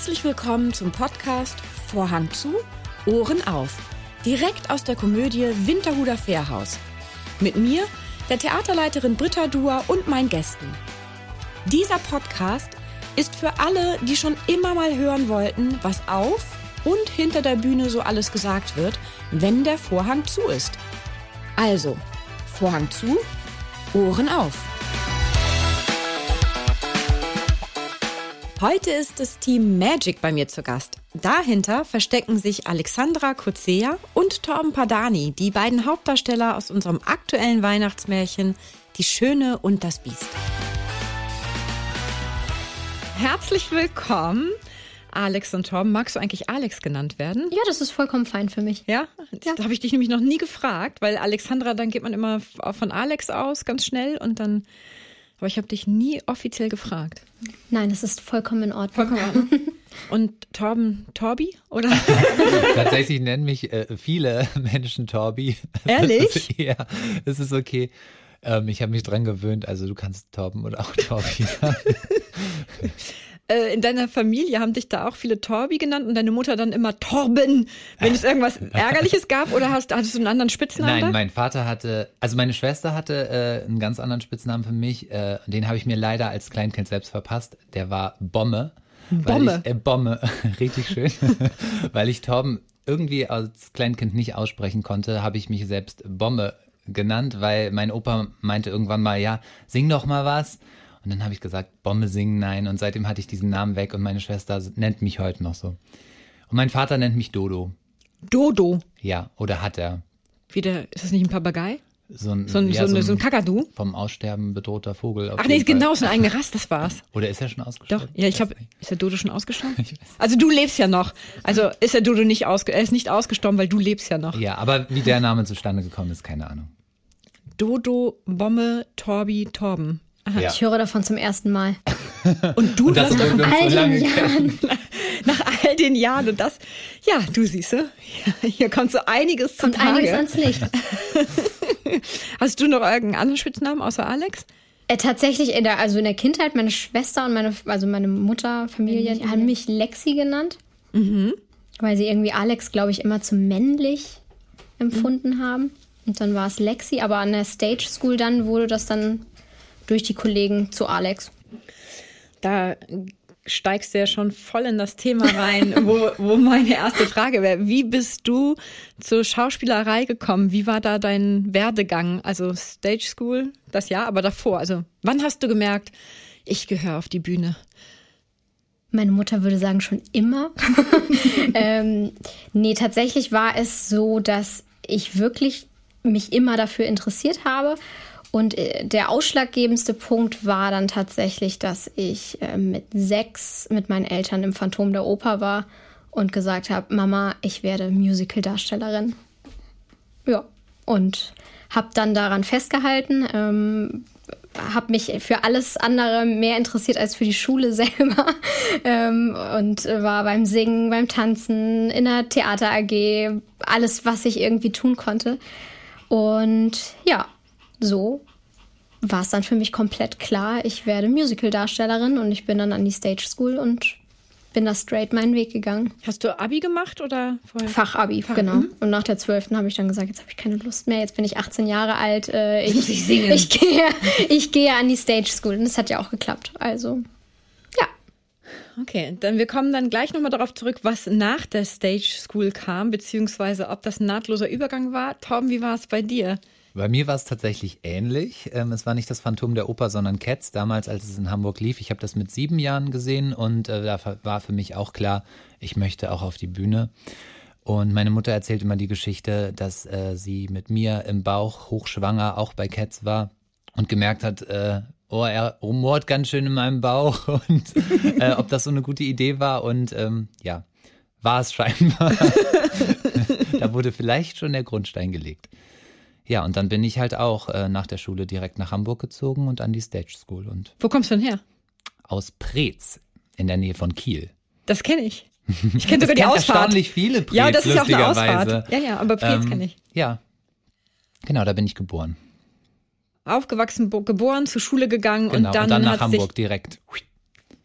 Herzlich willkommen zum Podcast Vorhang zu, Ohren auf. Direkt aus der Komödie Winterhuder Fährhaus. Mit mir, der Theaterleiterin Britta Duhr und meinen Gästen. Dieser Podcast ist für alle, die schon immer mal hören wollten, was auf und hinter der Bühne so alles gesagt wird, wenn der Vorhang zu ist. Also, Vorhang zu, Ohren auf. Heute ist das Team Magic bei mir zu Gast. Dahinter verstecken sich Alexandra Coetzee und Torben Pardani, die beiden Hauptdarsteller aus unserem aktuellen Weihnachtsmärchen Die Schöne und das Biest. Herzlich willkommen, Alex und Torben. Magst du eigentlich Alex genannt werden? Ja, das ist vollkommen fein für mich. Ja? Da habe ich dich nämlich noch nie gefragt, weil Alexandra, dann geht man immer von Alex aus, ganz schnell und dann... Aber ich habe dich nie offiziell gefragt. Nein, das ist vollkommen in Ordnung. Vollkommen in Ordnung. Und Torben, Torbi, oder? Tatsächlich nennen mich viele Menschen Torbi. Ehrlich? Ja, es ist okay. Ich habe mich dran gewöhnt, also du kannst Torben oder auch Torbi sagen. In deiner Familie haben dich da auch viele Torbi genannt und deine Mutter dann immer Torben, wenn es irgendwas Ärgerliches gab, oder hattest du einen anderen Spitznamen? Nein, mein Vater meine Schwester hatte einen ganz anderen Spitznamen für mich. Den habe ich mir leider als Kleinkind selbst verpasst. Der war Bombe. Bombe? Bombe, richtig schön. Weil ich Torben irgendwie als Kleinkind nicht aussprechen konnte, habe ich mich selbst Bombe genannt, weil mein Opa meinte irgendwann mal, ja, sing doch mal was. Und dann habe ich gesagt, Bombe singen, nein. Und seitdem hatte ich diesen Namen weg und meine Schwester nennt mich heute noch so. Und mein Vater nennt mich Dodo. Dodo? Ja, oder hat er. Ist das nicht ein Papagei? So ein Kakadu? Vom Aussterben bedrohter Vogel. Ach nee, genau, so eine eigene Rasse, das war's. Oder ist er schon ausgestorben? Doch, ja, ist der Dodo schon ausgestorben? Also du lebst ja noch. Also ist der Dodo er ist nicht ausgestorben, weil du lebst ja noch. Ja, aber wie der Name zustande gekommen ist, keine Ahnung. Dodo, Bombe, Torbi, Torben. Ja. Ich höre davon zum ersten Mal. Und du das nach all den Jahren. Nach all den Jahren und das, ja, du siehst, hier kommt so einiges zum Tage. Einiges ans Licht. Hast du noch irgendeinen anderen Spitznamen außer Alex? Tatsächlich, in der Kindheit, meine Schwester und meine Mutterfamilie, die haben mich Lexi genannt. Mhm. Weil sie irgendwie Alex, glaube ich, immer zu männlich empfunden haben. Und dann war es Lexi, aber an der Stage School dann wurde das dann durch die Kollegen zu Alex. Da steigst du ja schon voll in das Thema rein, wo meine erste Frage wäre. Wie bist du zur Schauspielerei gekommen? Wie war da dein Werdegang? Also Stage School, das Jahr, aber davor. Also wann hast du gemerkt, ich gehöre auf die Bühne? Meine Mutter würde sagen, schon immer. Nee, tatsächlich war es so, dass ich wirklich mich immer dafür interessiert habe. Und der ausschlaggebendste Punkt war dann tatsächlich, dass ich mit 6 mit meinen Eltern im Phantom der Oper war und gesagt habe, Mama, ich werde Musical-Darstellerin. Ja, und habe dann daran festgehalten, habe mich für alles andere mehr interessiert als für die Schule selber und war beim Singen, beim Tanzen, in der Theater AG, alles, was ich irgendwie tun konnte. Und ja, so war es dann für mich komplett klar, ich werde Musical-Darstellerin und ich bin dann an die Stage School und bin da straight meinen Weg gegangen. Hast du Abi gemacht oder vorher? Fachabi, genau. Und nach der 12. habe ich dann gesagt, jetzt habe ich keine Lust mehr, jetzt bin ich 18 Jahre alt, ich gehe an die Stage School und das hat ja auch geklappt, also ja. Okay, wir kommen dann gleich nochmal darauf zurück, was nach der Stage School kam, beziehungsweise ob das ein nahtloser Übergang war. Torben, wie war es bei dir? Bei mir war es tatsächlich ähnlich. Es war nicht das Phantom der Oper, sondern Cats, damals, als es in Hamburg lief. Ich habe das mit 7 Jahren gesehen und da war für mich auch klar, ich möchte auch auf die Bühne. Und meine Mutter erzählt immer die Geschichte, dass sie mit mir im Bauch hochschwanger auch bei Cats war und gemerkt hat, er rumort ganz schön in meinem Bauch und ob das so eine gute Idee war. Und ja, war es scheinbar. Da wurde vielleicht schon der Grundstein gelegt. Ja, und dann bin ich halt auch nach der Schule direkt nach Hamburg gezogen und an die Stage School. Und wo kommst du denn her? Aus Preetz, in der Nähe von Kiel. Das kenne ich. Ich kenne sogar die Ausfahrt. Erstaunlich viele Preetz, ja, das ist lustigerweise. Ja auch eine Ausfahrt. Ja, aber Preetz kenne ich. Ja, genau, da bin ich geboren. Aufgewachsen, geboren, zur Schule gegangen genau, und dann nach Hamburg direkt.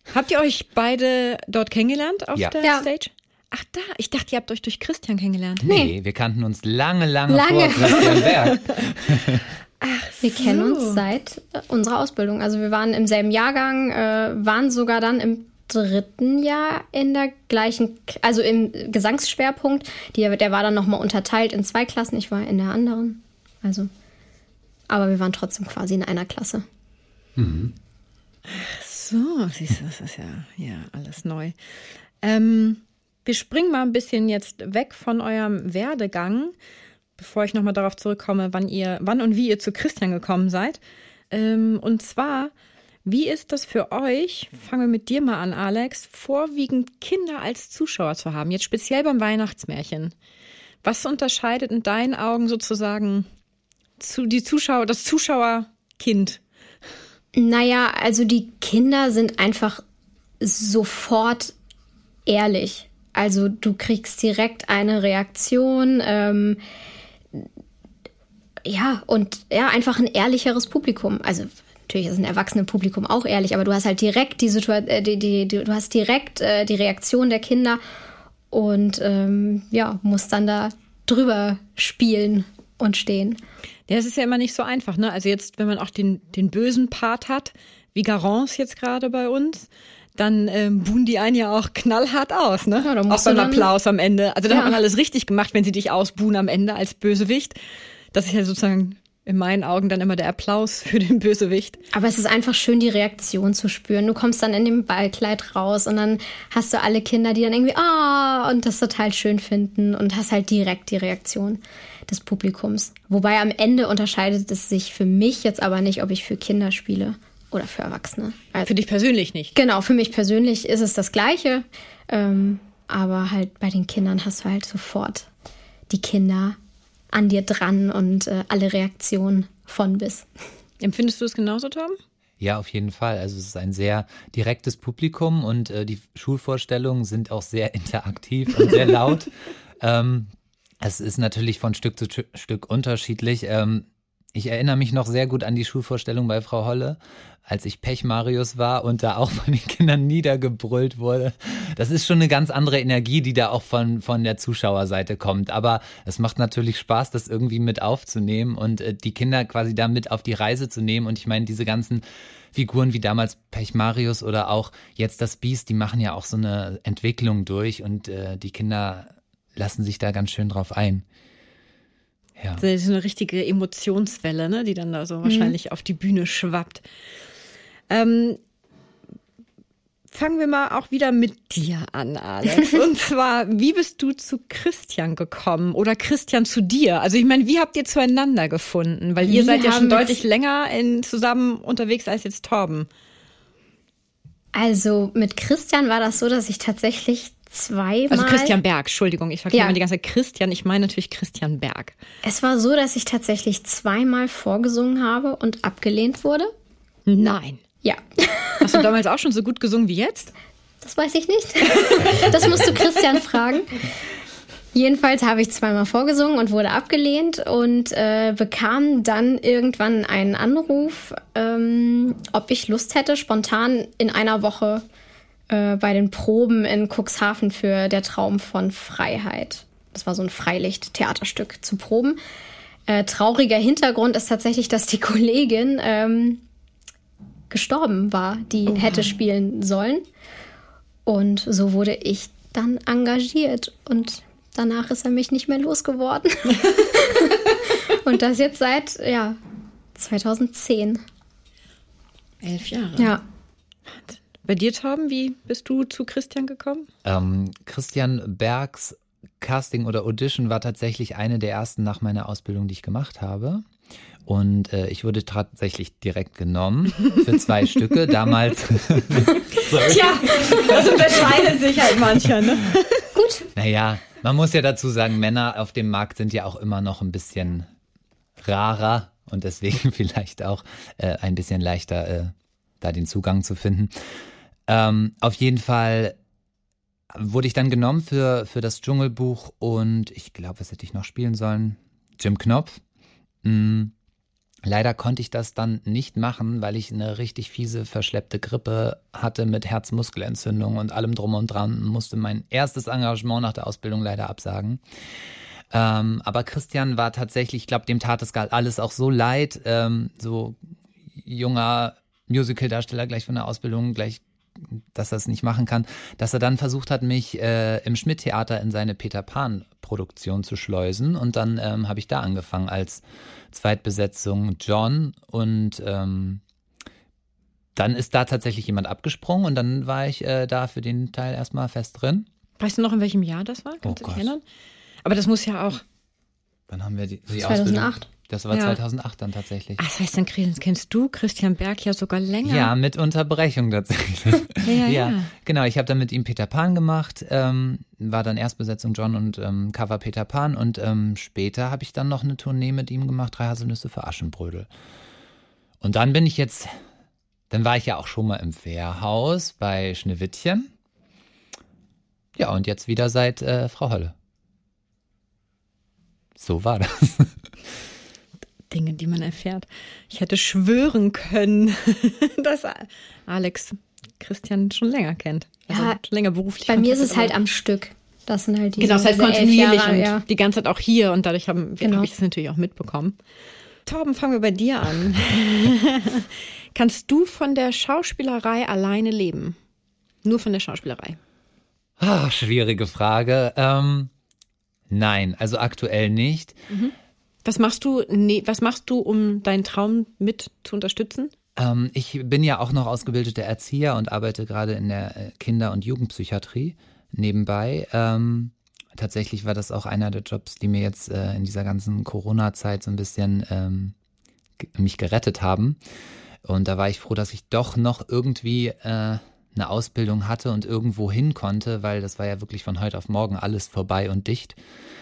Habt ihr euch beide dort kennengelernt auf der Stage? Ach da, ich dachte, ihr habt euch durch Christian kennengelernt. Nee, wir kannten uns lange vor Christian Berg. Wir kennen uns seit unserer Ausbildung. Also wir waren im selben Jahrgang, waren sogar dann im 3. Jahr in der gleichen, also im Gesangsschwerpunkt. Der war dann nochmal unterteilt in 2 Klassen. Ich war in der anderen. Also, aber wir waren trotzdem quasi in einer Klasse. Mhm. Ach so, siehst du, das ist ja alles neu. Wir springen mal ein bisschen jetzt weg von eurem Werdegang, bevor ich nochmal darauf zurückkomme, wann und wie ihr zu Christian gekommen seid. Und zwar, wie ist das für euch, fangen wir mit dir mal an, Alex, vorwiegend Kinder als Zuschauer zu haben, jetzt speziell beim Weihnachtsmärchen? Was unterscheidet in deinen Augen sozusagen das Zuschauerkind? Naja, also die Kinder sind einfach sofort ehrlich. Also du kriegst direkt eine Reaktion, einfach ein ehrlicheres Publikum. Also natürlich ist ein Erwachsenenpublikum auch ehrlich, aber du hast halt direkt die Reaktion der Kinder und musst dann da drüber spielen und stehen. Ja, es ist ja immer nicht so einfach, ne? Also jetzt, wenn man auch den bösen Part hat, wie Garance jetzt gerade bei uns, dann buhen die einen ja auch knallhart aus, ne? Ja, auch beim Applaus am Ende. Also da hat man alles richtig gemacht, wenn sie dich ausbuhen am Ende als Bösewicht. Das ist ja sozusagen in meinen Augen dann immer der Applaus für den Bösewicht. Aber es ist einfach schön, die Reaktion zu spüren. Du kommst dann in dem Ballkleid raus und dann hast du alle Kinder, die dann irgendwie und das total schön finden und hast halt direkt die Reaktion des Publikums. Wobei am Ende unterscheidet es sich für mich jetzt aber nicht, ob ich für Kinder spiele oder für Erwachsene. Also, für dich persönlich nicht? Genau, für mich persönlich ist es das Gleiche. Aber halt bei den Kindern hast du halt sofort die Kinder an dir dran und alle Reaktionen von bis. Empfindest du es genauso, Tom? Ja, auf jeden Fall. Also es ist ein sehr direktes Publikum und die Schulvorstellungen sind auch sehr interaktiv und sehr laut. Es ist natürlich von Stück zu Stück unterschiedlich. Ich erinnere mich noch sehr gut an die Schulvorstellung bei Frau Holle, als ich Pech-Marius war und da auch von den Kindern niedergebrüllt wurde. Das ist schon eine ganz andere Energie, die da auch von der Zuschauerseite kommt. Aber es macht natürlich Spaß, das irgendwie mit aufzunehmen und die Kinder quasi da mit auf die Reise zu nehmen. Und ich meine, diese ganzen Figuren wie damals Pech-Marius oder auch jetzt das Biest, die machen ja auch so eine Entwicklung durch und die Kinder lassen sich da ganz schön drauf ein. Ja. Das ist eine richtige Emotionswelle, ne, die dann da so wahrscheinlich auf die Bühne schwappt. Fangen wir mal auch wieder mit dir an, Alex. Und zwar, wie bist du zu Christian gekommen oder Christian zu dir? Also ich meine, wie habt ihr zueinander gefunden? Weil ihr seid ja schon deutlich länger zusammen unterwegs als jetzt Torben. Also mit Christian war das so, dass ich tatsächlich zweimal... Also Christian Berg, Entschuldigung, ich verkehre mir die ganze Zeit Christian, ich meine natürlich Christian Berg. Es war so, dass ich tatsächlich zweimal vorgesungen habe und abgelehnt wurde. Nein. Ja. Hast du damals auch schon so gut gesungen wie jetzt? Das weiß ich nicht. Das musst du Christian fragen. Jedenfalls habe ich zweimal vorgesungen und wurde abgelehnt und bekam dann irgendwann einen Anruf, ob ich Lust hätte, spontan in einer Woche bei den Proben in Cuxhaven für Der Traum von Freiheit. Das war so ein Freilicht-Theaterstück zu proben. Trauriger Hintergrund ist tatsächlich, dass die Kollegin gestorben war, die hätte spielen sollen. Und so wurde ich dann engagiert und danach ist er mich nicht mehr losgeworden. Und das jetzt seit 2010. 11 Jahre. Ja. Bei dir, Torben, wie bist du zu Christian gekommen? Christian Bergs Casting oder Audition war tatsächlich eine der ersten nach meiner Ausbildung, die ich gemacht habe. Und ich wurde tatsächlich direkt genommen für 2 Stücke. Damals. Tja, das unterscheidet sich halt mancher, ne? Gut. Naja, man muss ja dazu sagen, Männer auf dem Markt sind ja auch immer noch ein bisschen rarer und deswegen vielleicht auch ein bisschen leichter, da den Zugang zu finden. Auf jeden Fall wurde ich dann genommen für das Dschungelbuch und ich glaube, was hätte ich noch spielen sollen? Jim Knopf. Leider konnte ich das dann nicht machen, weil ich eine richtig fiese, verschleppte Grippe hatte mit Herzmuskelentzündung und allem drum und dran. Musste mein erstes Engagement nach der Ausbildung leider absagen. Aber Christian war tatsächlich, ich glaube, dem tat es alles auch so leid, so junger Musicaldarsteller gleich von der Ausbildung, gleich, dass er es nicht machen kann, dass er dann versucht hat, mich im Schmidt-Theater in seine Peter-Pan-Produktion zu schleusen. Und dann habe ich da angefangen als Zweitbesetzung John. Und dann ist da tatsächlich jemand abgesprungen und dann war ich da für den Teil erstmal fest drin. Weißt du noch, in welchem Jahr das war? Kannst du dich erinnern? Aber das muss ja auch... Wann haben wir die 2008. Ausbildung? Das war 2008 dann tatsächlich. Ach, das heißt, dann kennst du Christian Berg ja sogar länger. Ja, mit Unterbrechung tatsächlich. Ja. Genau, ich habe dann mit ihm Peter Pan gemacht, war dann Erstbesetzung John und Cover Peter Pan und später habe ich dann noch eine Tournee mit ihm gemacht, 3 Haselnüsse für Aschenbrödel. Und dann war ich ja auch schon mal im Fährhaus bei Schneewittchen. Ja, und jetzt wieder seit Frau Holle. So war das. Dinge, die man erfährt. Ich hätte schwören können, dass Alex Christian schon länger kennt. Also ja, schon länger beruflich. Bei mir ist es halt am Stück. Das sind halt genau, es ist halt kontinuierlich und ja. Die ganze Zeit auch hier und dadurch habe ich es natürlich auch mitbekommen. Torben, fangen wir bei dir an. Kannst du von der Schauspielerei alleine leben? Nur von der Schauspielerei? Schwierige Frage. Nein, also aktuell nicht. Mhm. Was machst du, um deinen Traum mit zu unterstützen? Ich bin ja auch noch ausgebildeter Erzieher und arbeite gerade in der Kinder- und Jugendpsychiatrie nebenbei. Tatsächlich war das auch einer der Jobs, die mir jetzt in dieser ganzen Corona-Zeit so ein bisschen mich gerettet haben. Und da war ich froh, dass ich doch noch irgendwie eine Ausbildung hatte und irgendwo hin konnte, weil das war ja wirklich von heute auf morgen alles vorbei und dicht.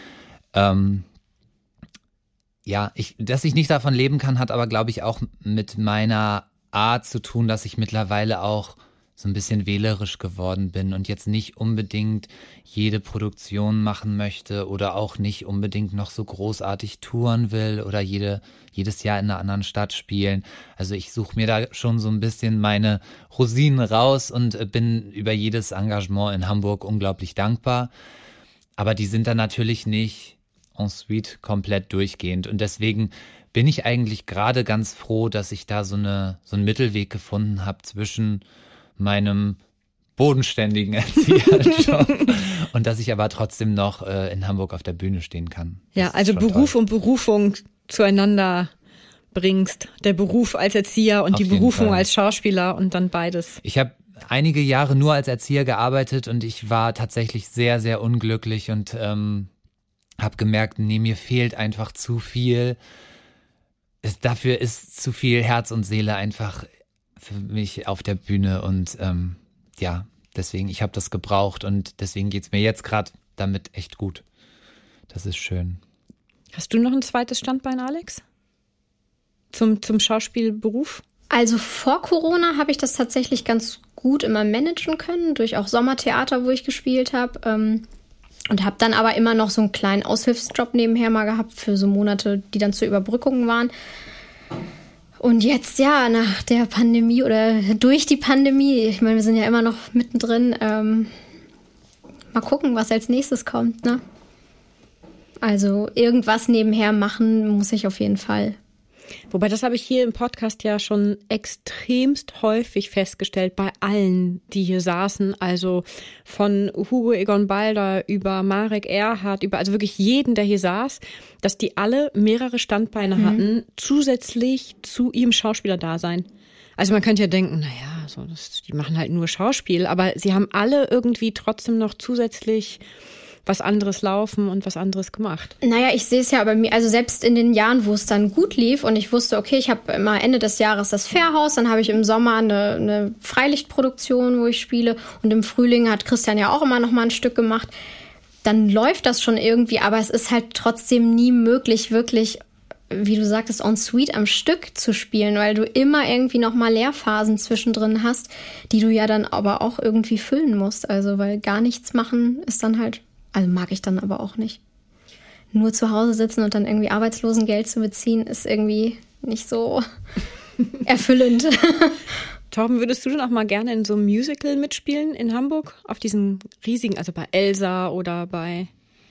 Dass ich nicht davon leben kann, hat aber, glaube ich, auch mit meiner Art zu tun, dass ich mittlerweile auch so ein bisschen wählerisch geworden bin und jetzt nicht unbedingt jede Produktion machen möchte oder auch nicht unbedingt noch so großartig touren will oder jedes Jahr in einer anderen Stadt spielen. Also ich suche mir da schon so ein bisschen meine Rosinen raus und bin über jedes Engagement in Hamburg unglaublich dankbar. Aber die sind dann natürlich nicht en suite komplett durchgehend. Und deswegen bin ich eigentlich gerade ganz froh, dass ich da so einen Mittelweg gefunden habe zwischen meinem bodenständigen Erzieherjob und dass ich aber trotzdem noch in Hamburg auf der Bühne stehen kann. Ja, also Beruf toll. Und Berufung zueinander bringst. Der Beruf als Erzieher und auf die Berufung als Schauspieler und dann beides. Ich habe einige Jahre nur als Erzieher gearbeitet und ich war tatsächlich sehr, sehr unglücklich und habe gemerkt, mir fehlt einfach zu viel. Dafür ist zu viel Herz und Seele einfach für mich auf der Bühne und deswegen, ich habe das gebraucht und deswegen geht's mir jetzt gerade damit echt gut. Das ist schön. Hast du noch ein zweites Standbein, Alex? Zum Schauspielberuf? Also vor Corona habe ich das tatsächlich ganz gut immer managen können, durch auch Sommertheater, wo ich gespielt habe. Und habe dann aber immer noch so einen kleinen Aushilfsjob nebenher mal gehabt für so Monate, die dann zur Überbrückung waren. Und jetzt, ja, nach der Pandemie oder durch die Pandemie, ich meine, wir sind ja immer noch mittendrin, mal gucken, was als nächstes kommt, ne? Also irgendwas nebenher machen muss ich auf jeden Fall. Wobei, das habe ich hier im Podcast ja schon extremst häufig festgestellt bei allen, die hier saßen. Also von Hugo Egon Balder über Marek Erhardt, über also wirklich jeden, der hier saß, dass die alle mehrere Standbeine hatten, zusätzlich zu ihrem Schauspielerdasein. Also man könnte ja denken, naja, die machen halt nur Schauspiel, aber sie haben alle irgendwie trotzdem noch zusätzlich was anderes laufen und was anderes gemacht. Naja, ich sehe es ja bei mir, also selbst in den Jahren, wo es dann gut lief und ich wusste, okay, ich habe immer Ende des Jahres das Fährhaus, dann habe ich im Sommer eine Freilichtproduktion, wo ich spiele und im Frühling hat Christian ja auch immer noch mal ein Stück gemacht. Dann läuft das schon irgendwie, aber es ist halt trotzdem nie möglich, wirklich, wie du sagtest, en suite am Stück zu spielen, weil du immer irgendwie noch mal Leerphasen zwischendrin hast, die du ja dann aber auch irgendwie füllen musst. Also, weil gar nichts machen ist dann halt, also mag ich dann aber auch nicht. Nur zu Hause sitzen und dann irgendwie Arbeitslosengeld zu beziehen, ist irgendwie nicht so erfüllend. Torben, würdest du denn auch mal gerne in so einem Musical mitspielen in Hamburg? Auf diesen riesigen, also bei Elsa oder bei...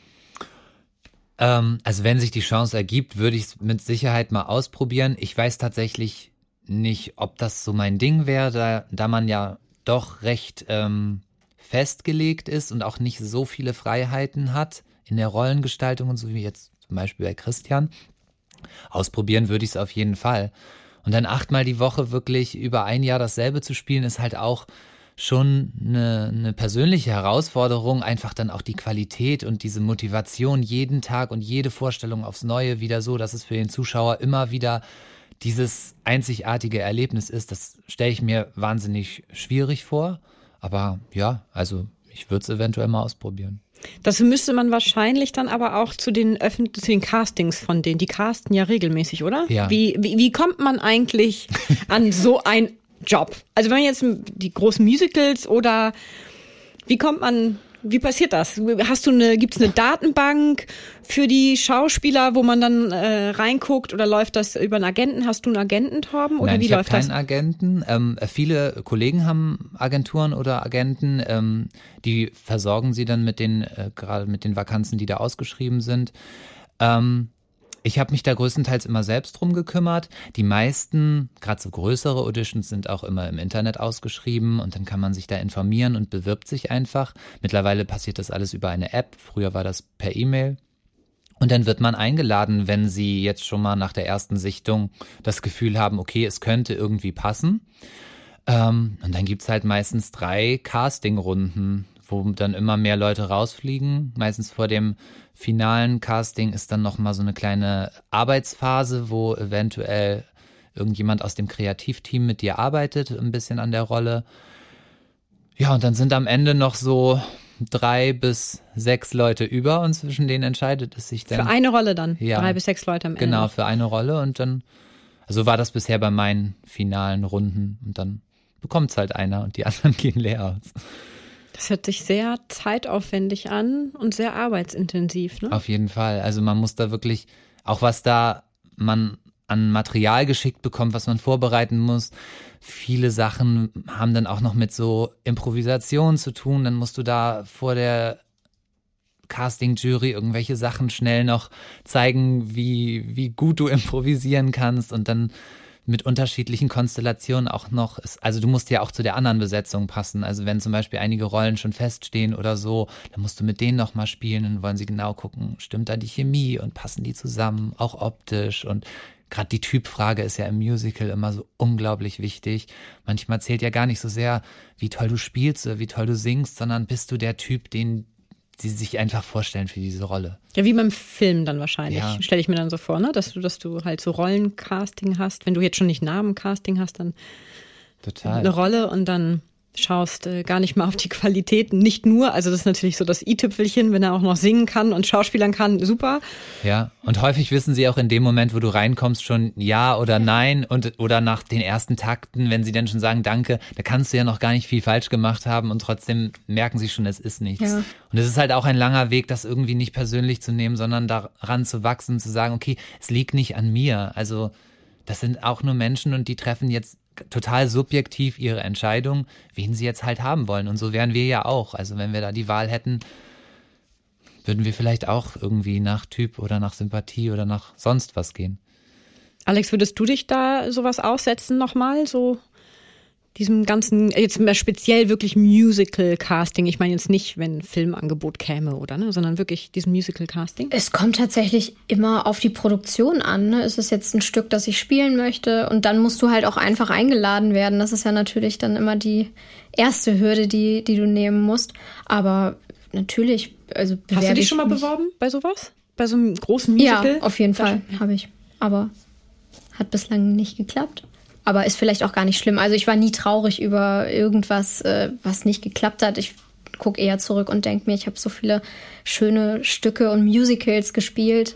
Also wenn sich die Chance ergibt, würde ich es mit Sicherheit mal ausprobieren. Ich weiß tatsächlich nicht, ob das so mein Ding wäre, da man ja doch recht festgelegt ist und auch nicht so viele Freiheiten hat in der Rollengestaltung und so wie jetzt zum Beispiel bei Christian. Ausprobieren würde ich es auf jeden Fall. Und dann 8-mal die Woche wirklich über ein Jahr dasselbe zu spielen, ist halt auch schon eine persönliche Herausforderung, einfach dann auch die Qualität und diese Motivation jeden Tag und jede Vorstellung aufs Neue wieder so, dass es für den Zuschauer immer wieder dieses einzigartige Erlebnis ist. Das stelle ich mir wahnsinnig schwierig vor, aber ja, also ich würde es eventuell mal ausprobieren. Dazu müsste man wahrscheinlich dann aber auch zu den Castings von denen, die casten ja regelmäßig, oder? Ja. Wie kommt man eigentlich an so ein Job? Also wenn man jetzt die großen Musicals oder wie passiert das? Gibt's eine Datenbank für die Schauspieler, wo man dann reinguckt oder läuft das über einen Agenten? Hast du einen Agenten, Torben? Oder Nein, wie ich habe läuft das? keinen Agenten. Viele Kollegen haben Agenturen oder Agenten, die versorgen sie dann gerade mit den Vakanzen, die da ausgeschrieben sind. Ich habe mich da größtenteils immer selbst drum gekümmert. Die meisten, gerade so größere Auditions, sind auch immer im Internet ausgeschrieben und dann kann man sich da informieren und bewirbt sich einfach. Mittlerweile passiert das alles über eine App. Früher war das per E-Mail. Und dann wird man eingeladen, wenn sie jetzt schon mal nach der ersten Sichtung das Gefühl haben, okay, es könnte irgendwie passen. Und dann gibt's halt meistens 3 Castingrunden, wo dann immer mehr Leute rausfliegen. Meistens vor dem finalen Casting ist dann nochmal so eine kleine Arbeitsphase, wo eventuell irgendjemand aus dem Kreativteam mit dir arbeitet, ein bisschen an der Rolle. Ja, und dann sind am Ende noch so 3 bis 6 Leute über und zwischen denen entscheidet es sich dann. Für eine Rolle dann? Ja, 3 bis 6 Leute am Ende? Genau, für eine Rolle und dann, also war das bisher bei meinen finalen Runden und dann bekommt es halt einer und die anderen gehen leer aus. Das hört sich sehr zeitaufwendig an und sehr arbeitsintensiv, ne? Auf jeden Fall. Also man muss da wirklich, auch was da man an Material geschickt bekommt, was man vorbereiten muss. Viele Sachen haben dann auch noch mit so Improvisation zu tun. Dann musst du da vor der Casting-Jury irgendwelche Sachen schnell noch zeigen, wie gut du improvisieren kannst und dann mit unterschiedlichen Konstellationen auch noch, also du musst ja auch zu der anderen Besetzung passen, also wenn zum Beispiel einige Rollen schon feststehen oder so, dann musst du mit denen nochmal spielen und wollen sie genau gucken, stimmt da die Chemie und passen die zusammen, auch optisch und gerade die Typfrage ist ja im Musical immer so unglaublich wichtig. Manchmal zählt ja gar nicht so sehr, wie toll du spielst oder wie toll du singst, sondern bist du der Typ, den sie sich einfach vorstellen für diese Rolle. Ja, wie beim Film dann wahrscheinlich, ja. Stelle ich mir dann so vor, ne? Dass du halt so Rollencasting hast. Wenn du jetzt schon nicht Namencasting hast, dann Total. Eine Rolle und dann schaust gar nicht mal auf die Qualitäten. Nicht nur, also das ist natürlich so das i-Tüpfelchen, wenn er auch noch singen kann und schauspielern kann, super. Ja, und häufig wissen sie auch in dem Moment, wo du reinkommst, schon ja oder nein oder nach den ersten Takten, wenn sie dann schon sagen Danke, da kannst du ja noch gar nicht viel falsch gemacht haben und trotzdem merken sie schon, es ist nichts. Ja. Und es ist halt auch ein langer Weg, das irgendwie nicht persönlich zu nehmen, sondern daran zu wachsen, zu sagen, okay, es liegt nicht an mir. Also das sind auch nur Menschen und die treffen jetzt total subjektiv ihre Entscheidung, wen sie jetzt halt haben wollen. Und so wären wir ja auch. Also wenn wir da die Wahl hätten, würden wir vielleicht auch irgendwie nach Typ oder nach Sympathie oder nach sonst was gehen. Alex, würdest du dich da sowas aussetzen nochmal? So diesem ganzen, jetzt mehr speziell wirklich Musical-Casting. Ich meine jetzt nicht, wenn ein Filmangebot käme, oder, ne, sondern wirklich diesem Musical-Casting. Es kommt tatsächlich immer auf die Produktion an. Ne? Ist es jetzt ein Stück, das ich spielen möchte? Und dann musst du halt auch einfach eingeladen werden. Das ist ja natürlich dann immer die erste Hürde, die du nehmen musst. Aber natürlich, also Hast du dich schon mal beworben bei sowas? Bei so einem großen Musical? Ja, auf jeden Fall habe ich. Aber hat bislang nicht geklappt. Aber ist vielleicht auch gar nicht schlimm. Also ich war nie traurig über irgendwas, was nicht geklappt hat. Ich gucke eher zurück und denke mir, ich habe so viele schöne Stücke und Musicals gespielt.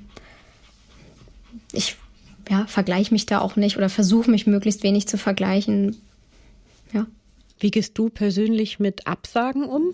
Ich vergleiche mich da auch nicht oder versuche mich möglichst wenig zu vergleichen. Ja. Wie gehst du persönlich mit Absagen um?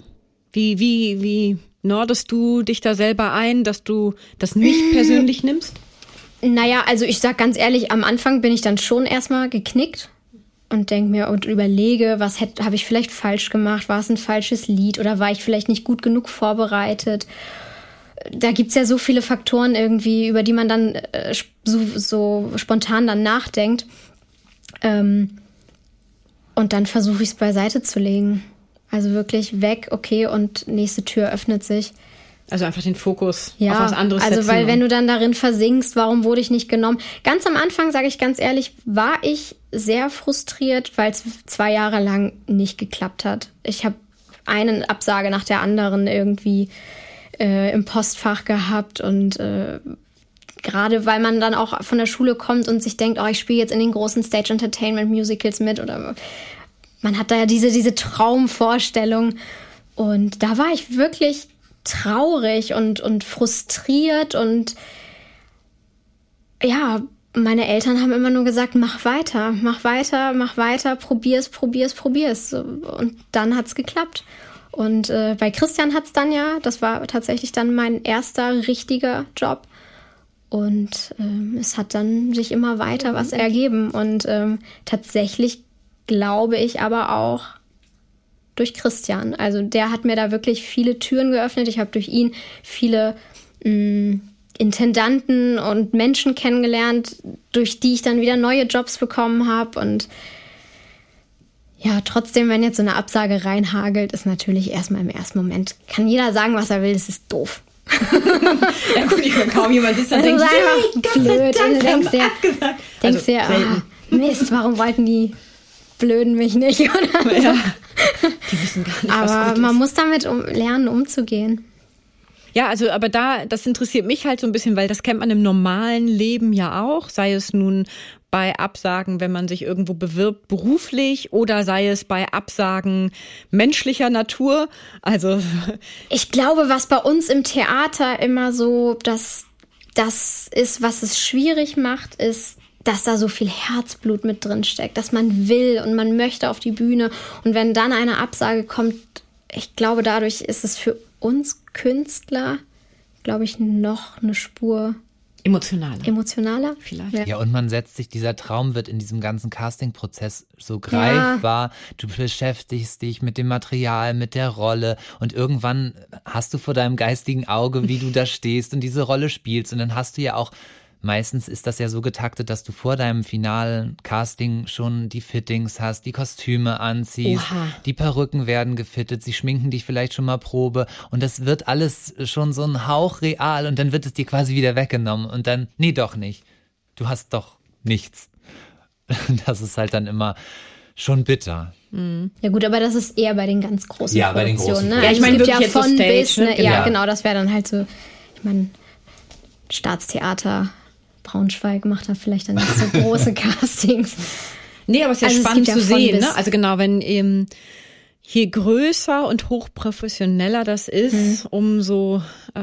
Wie nordest du dich da selber ein, dass du das nicht persönlich nimmst? Naja, also ich sag ganz ehrlich, am Anfang bin ich dann schon erstmal geknickt und denke mir und überlege, was habe ich vielleicht falsch gemacht? War es ein falsches Lied oder war ich vielleicht nicht gut genug vorbereitet? Da gibt's ja so viele Faktoren irgendwie, über die man dann so spontan dann nachdenkt. Und dann versuche ich es beiseite zu legen. Also wirklich weg, okay, und nächste Tür öffnet sich. Also einfach den Fokus auf was anderes setzen. Also weil wenn du dann darin versinkst, warum wurde ich nicht genommen? Ganz am Anfang, sage ich ganz ehrlich, war ich sehr frustriert, weil es 2 Jahre lang nicht geklappt hat. Ich habe eine Absage nach der anderen irgendwie im Postfach gehabt und gerade weil man dann auch von der Schule kommt und sich denkt, ich spiele jetzt in den großen Stage Entertainment Musicals mit oder man hat da ja diese Traumvorstellung und da war ich wirklich traurig und frustriert und ja, meine Eltern haben immer nur gesagt, mach weiter, probier's. Und dann hat's geklappt. Und bei Christian hat's dann das war tatsächlich dann mein erster richtiger Job. Und es hat dann sich immer weiter was ergeben. Und tatsächlich glaube ich aber auch durch Christian. Also der hat mir da wirklich viele Türen geöffnet. Ich habe durch ihn viele Intendanten und Menschen kennengelernt, durch die ich dann wieder neue Jobs bekommen habe. Und ja, trotzdem, wenn jetzt so eine Absage reinhagelt, ist natürlich erstmal im ersten Moment, kann jeder sagen, was er will, das ist doof. Ja gut, ich kann kaum jemand sitzt und denkt, blöd. Und du denkst dir, Mist, warum wollten die Blöden mich nicht? Oder ja. Die wissen gar nicht, was gut ist. Aber man muss damit lernen, umzugehen. Ja, also aber das interessiert mich halt so ein bisschen, weil das kennt man im normalen Leben ja auch, sei es nun bei Absagen, wenn man sich irgendwo bewirbt beruflich oder sei es bei Absagen menschlicher Natur. Also ich glaube, was bei uns im Theater immer so das ist, was es schwierig macht, ist, dass da so viel Herzblut mit drin steckt, dass man will und man möchte auf die Bühne. Und wenn dann eine Absage kommt, ich glaube, dadurch ist es für uns Künstler, glaube ich, noch eine Spur emotionaler vielleicht. Ja, und man setzt sich, dieser Traum wird in diesem ganzen Casting-Prozess so greifbar. Ja. Du beschäftigst dich mit dem Material, mit der Rolle und irgendwann hast du vor deinem geistigen Auge, wie du da stehst und diese Rolle spielst und dann hast du ja auch, meistens ist das ja so getaktet, dass du vor deinem finalen Casting schon die Fittings hast, die Kostüme anziehst, die Perücken werden gefittet, sie schminken dich vielleicht schon mal Probe und das wird alles schon so ein Hauch real und dann wird es dir quasi wieder weggenommen und dann, nee, doch nicht. Du hast doch nichts. Das ist halt dann immer schon bitter. Ja gut, aber das ist eher bei den ganz großen Produktionen. Bei den großen ne? Ja, ich meine wirklich jetzt von so Stage, bis, ne? Genau. Ja, genau, das wäre dann halt so, ich meine, Staatstheater Braunschweig macht da vielleicht dann nicht so große Castings. Nee, aber es ist ja Also spannend es zu gibt ja sehen. von bis. Ne? Also genau, wenn je größer und hochprofessioneller das ist, umso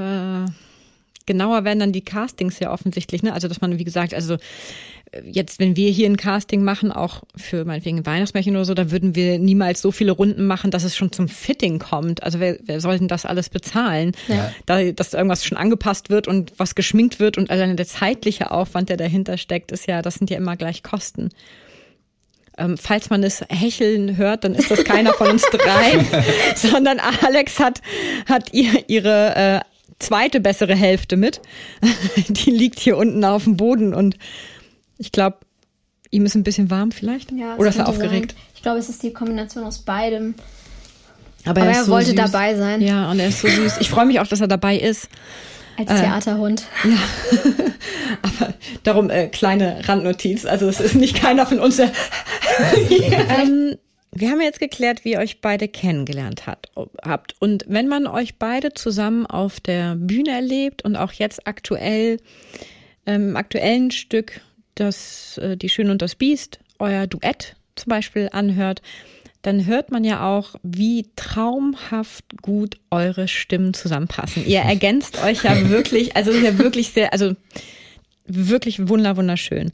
genauer werden dann die Castings ja offensichtlich. Ne? Also dass man, wie gesagt, also jetzt, wenn wir hier ein Casting machen, auch für meinetwegen ein Weihnachtsmärchen oder so, da würden wir niemals so viele Runden machen, dass es schon zum Fitting kommt. Also wer soll denn das alles bezahlen? Ja. Dass irgendwas schon angepasst wird und was geschminkt wird und alleine der zeitliche Aufwand, der dahinter steckt, das sind ja immer gleich Kosten. Falls man es hecheln hört, dann ist das keiner von uns 3, sondern Alex hat ihre zweite bessere Hälfte mit. Die liegt hier unten auf dem Boden und ich glaube, ihm ist ein bisschen warm vielleicht. Ja, oder ist er aufgeregt? Sein. Ich glaube, es ist die Kombination aus beidem. Aber er so wollte süß. dabei sein. Ja, und er ist so süß. Ich freue mich auch, dass er dabei ist. Als Theaterhund. Ja, aber darum kleine Randnotiz. Also es ist nicht keiner von uns, der wir haben jetzt geklärt, wie ihr euch beide kennengelernt habt. Und wenn man euch beide zusammen auf der Bühne erlebt und auch jetzt aktuell im aktuellen Stück Die Schöne und das Biest, euer Duett zum Beispiel anhört, dann hört man ja auch, wie traumhaft gut eure Stimmen zusammenpassen. Ihr ergänzt euch ja wirklich, also es ist ja wirklich sehr, also wirklich wunderschön.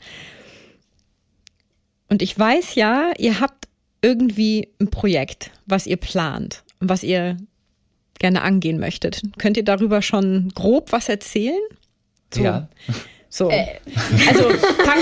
Und ich weiß ja, ihr habt irgendwie ein Projekt, was ihr plant und was ihr gerne angehen möchtet. Könnt ihr darüber schon grob was erzählen? So. Also fangen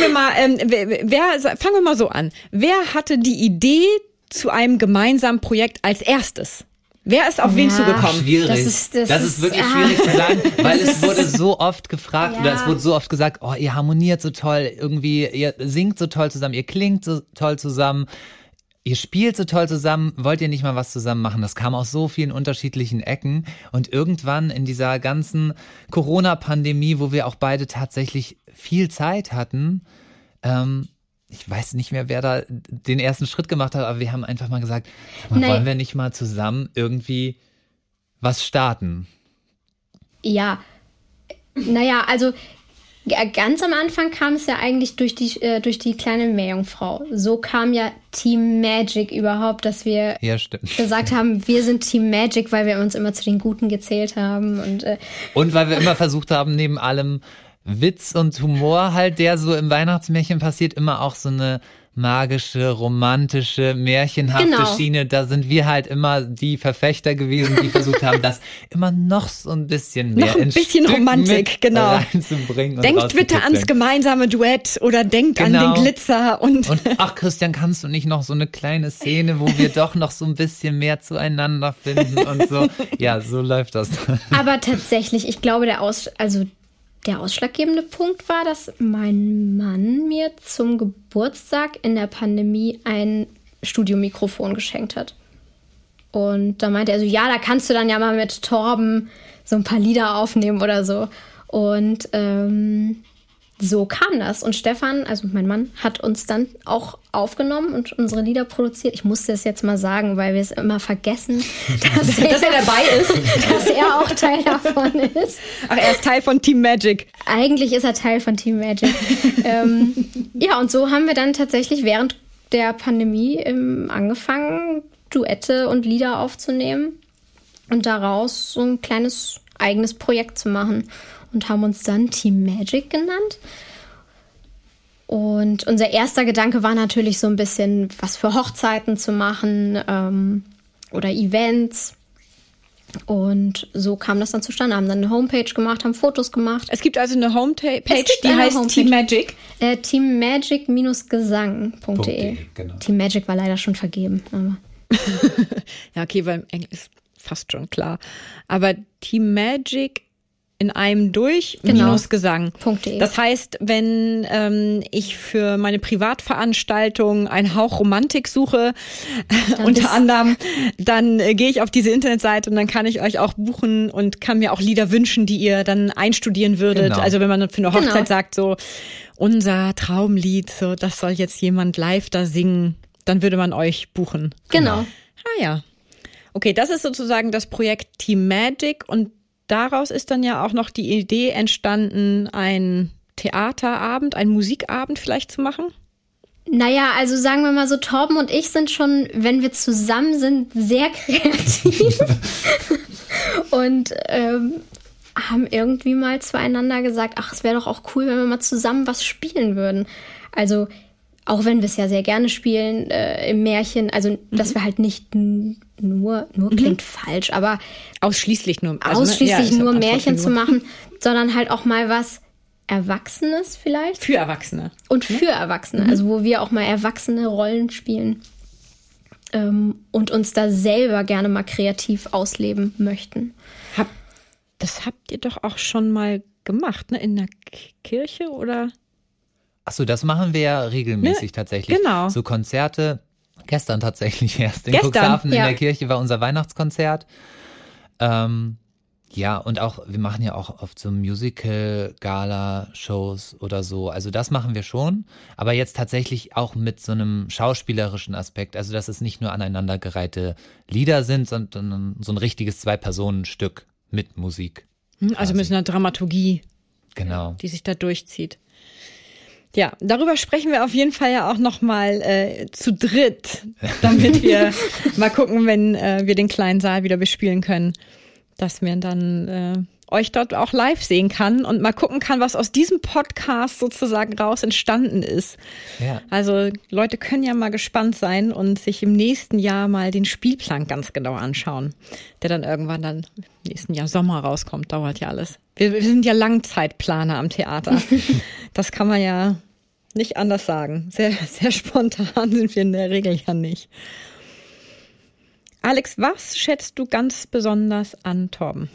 wir mal so an. Wer hatte die Idee zu einem gemeinsamen Projekt als erstes? Wer ist auf wen zugekommen? Schwierig. Das ist wirklich schwierig zu sagen, weil es wurde so oft gefragt oder es wurde so oft gesagt, oh, ihr harmoniert so toll, irgendwie, ihr singt so toll zusammen, ihr klingt so toll zusammen, ihr spielt so toll zusammen, wollt ihr nicht mal was zusammen machen? Das kam aus so vielen unterschiedlichen Ecken und irgendwann in dieser ganzen Corona-Pandemie, wo wir auch beide tatsächlich viel Zeit hatten, ich weiß nicht mehr, wer da den ersten Schritt gemacht hat, aber wir haben einfach mal gesagt, wollen wir nicht mal zusammen irgendwie was starten? Ja, naja, also ganz am Anfang kam es ja eigentlich durch die kleine Meerjungfrau. So kam ja Team Magic überhaupt, dass wir gesagt haben, wir sind Team Magic, weil wir uns immer zu den Guten gezählt haben. Und weil wir immer versucht haben, neben allem Witz und Humor halt, der so im Weihnachtsmärchen passiert, immer auch so eine magische, romantische, märchenhafte Schiene. Da sind wir halt immer die Verfechter gewesen, die versucht haben, das immer noch so ein bisschen mehr noch ein bisschen Stück Romantik, genau, reinzubringen. Denkt bitte ans gemeinsame Duett oder denkt an den Glitzer und ach Christian, kannst du nicht noch so eine kleine Szene, wo wir doch noch so ein bisschen mehr zueinander finden und so. Ja, so läuft das. Aber tatsächlich, ich glaube, der ausschlaggebende Punkt war, dass mein Mann mir zum Geburtstag in der Pandemie ein Studiomikrofon geschenkt hat. Und da meinte er so, ja, da kannst du dann ja mal mit Torben so ein paar Lieder aufnehmen oder so. Und so kam das. Und Stefan, also mein Mann, hat uns dann auch aufgenommen und unsere Lieder produziert. Ich musste es jetzt mal sagen, weil wir es immer vergessen, dass er dabei ist. Dass er auch Teil davon ist. Ach, er ist Teil von Team Magic. Eigentlich ist er Teil von Team Magic. Ja, und so haben wir dann tatsächlich während der Pandemie angefangen, Duette und Lieder aufzunehmen und daraus so ein kleines eigenes Projekt zu machen. Und haben uns dann Team Magic genannt. Und unser erster Gedanke war natürlich so ein bisschen, was für Hochzeiten zu machen oder Events. Und so kam das dann zustande. Haben dann eine Homepage gemacht, haben Fotos gemacht. Es gibt also eine Homepage, die heißt Team Magic? Teammagic-gesang.de. Okay, genau. Team Magic war leider schon vergeben. Aber ja, okay, weil Englisch ist fast schon klar. Aber Team Magic in einem -gesang.de. Das heißt, wenn ich für meine Privatveranstaltung einen Hauch Romantik suche, unter anderem, dann gehe ich auf diese Internetseite und dann kann ich euch auch buchen und kann mir auch Lieder wünschen, die ihr dann einstudieren würdet. Genau. Also wenn man für eine Hochzeit sagt, so unser Traumlied, so das soll jetzt jemand live da singen, dann würde man euch buchen. Genau. Ah ja. Okay, das ist sozusagen das Projekt Team Magic und daraus ist dann ja auch noch die Idee entstanden, einen Theaterabend, einen Musikabend vielleicht zu machen? Naja, also sagen wir mal so, Torben und ich sind schon, wenn wir zusammen sind, sehr kreativ und haben irgendwie mal zueinander gesagt, ach, es wäre doch auch cool, wenn wir mal zusammen was spielen würden. Also auch wenn wir es ja sehr gerne spielen im Märchen, also dass wir halt nicht nur klingt falsch, aber ausschließlich nur Märchen zu machen, sondern halt auch mal was Erwachsenes vielleicht. Für Erwachsene. Und für Erwachsene, also wo wir auch mal erwachsene Rollen spielen und uns da selber gerne mal kreativ ausleben möchten. Das habt ihr doch auch schon mal gemacht, ne? In der Kirche oder? Achso, das machen wir ja regelmäßig tatsächlich. Genau. So Konzerte, gestern tatsächlich erst in Cuxhaven in der Kirche war unser Weihnachtskonzert. Ja, und auch, wir machen ja auch oft so Musical-Gala-Shows oder so. Also das machen wir schon, aber jetzt tatsächlich auch mit so einem schauspielerischen Aspekt. Also dass es nicht nur aneinandergereihte Lieder sind, sondern so ein richtiges 2-Personen-Stück mit Musik. Also mit einer Dramaturgie, genau, die sich da durchzieht. Ja, darüber sprechen wir auf jeden Fall ja auch noch mal zu dritt, damit wir mal gucken, wenn wir den kleinen Saal wieder bespielen können, dass wir dann euch dort auch live sehen kann und mal gucken kann, was aus diesem Podcast sozusagen raus entstanden ist. Ja. Also Leute können ja mal gespannt sein und sich im nächsten Jahr mal den Spielplan ganz genau anschauen, der dann irgendwann dann im nächsten Jahr Sommer rauskommt. Dauert ja alles. Wir sind ja Langzeitplaner am Theater. Das kann man ja nicht anders sagen. Sehr, sehr spontan sind wir in der Regel ja nicht. Alex, was schätzt du ganz besonders an Torben?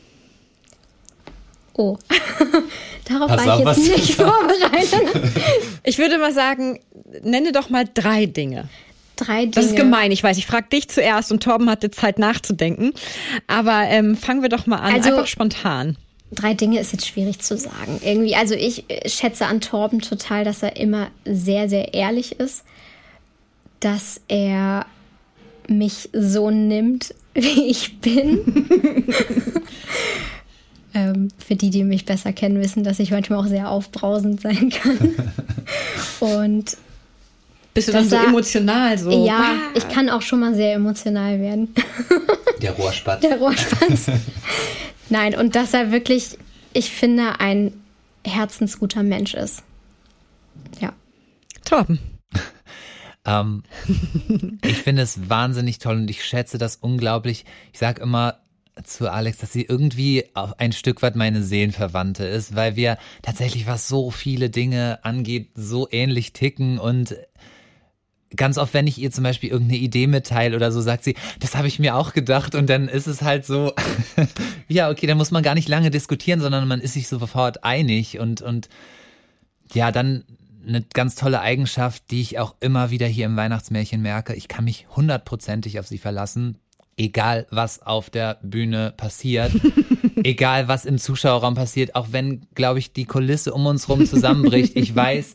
Oh, darauf Pass war auf, ich jetzt was nicht du vorbereitet. Ich würde mal sagen, nenne doch mal 3 Dinge. 3 Dinge. Das ist gemein, ich weiß. Ich frage dich zuerst und Torben hatte Zeit nachzudenken. Aber fangen wir doch mal an, einfach spontan. 3 Dinge ist jetzt schwierig zu sagen. Irgendwie, also ich schätze an Torben total, dass er immer sehr, sehr ehrlich ist. Dass er mich so nimmt, wie ich bin. Für die mich besser kennen, wissen, dass ich manchmal auch sehr aufbrausend sein kann. Und bist du dann so emotional? So? Ja, ich kann auch schon mal sehr emotional werden. Der Rohrspatz. Der Rohrspatz. Nein, und dass er wirklich, ich finde, ein herzensguter Mensch ist. Ja. Torben. Ich finde es wahnsinnig toll und ich schätze das unglaublich. Ich sage immer zu Alex, dass sie irgendwie auch ein Stück weit meine Seelenverwandte ist, weil wir tatsächlich, was so viele Dinge angeht, so ähnlich ticken und ganz oft, wenn ich ihr zum Beispiel irgendeine Idee mitteile oder so, sagt sie, das habe ich mir auch gedacht und dann ist es halt so, ja, okay, dann muss man gar nicht lange diskutieren, sondern man ist sich sofort einig und ja, dann eine ganz tolle Eigenschaft, die ich auch immer wieder hier im Weihnachtsmärchen merke, ich kann mich 100%ig auf sie verlassen, egal was auf der Bühne passiert, egal was im Zuschauerraum passiert, auch wenn, glaube ich, die Kulisse um uns rum zusammenbricht, ich weiß,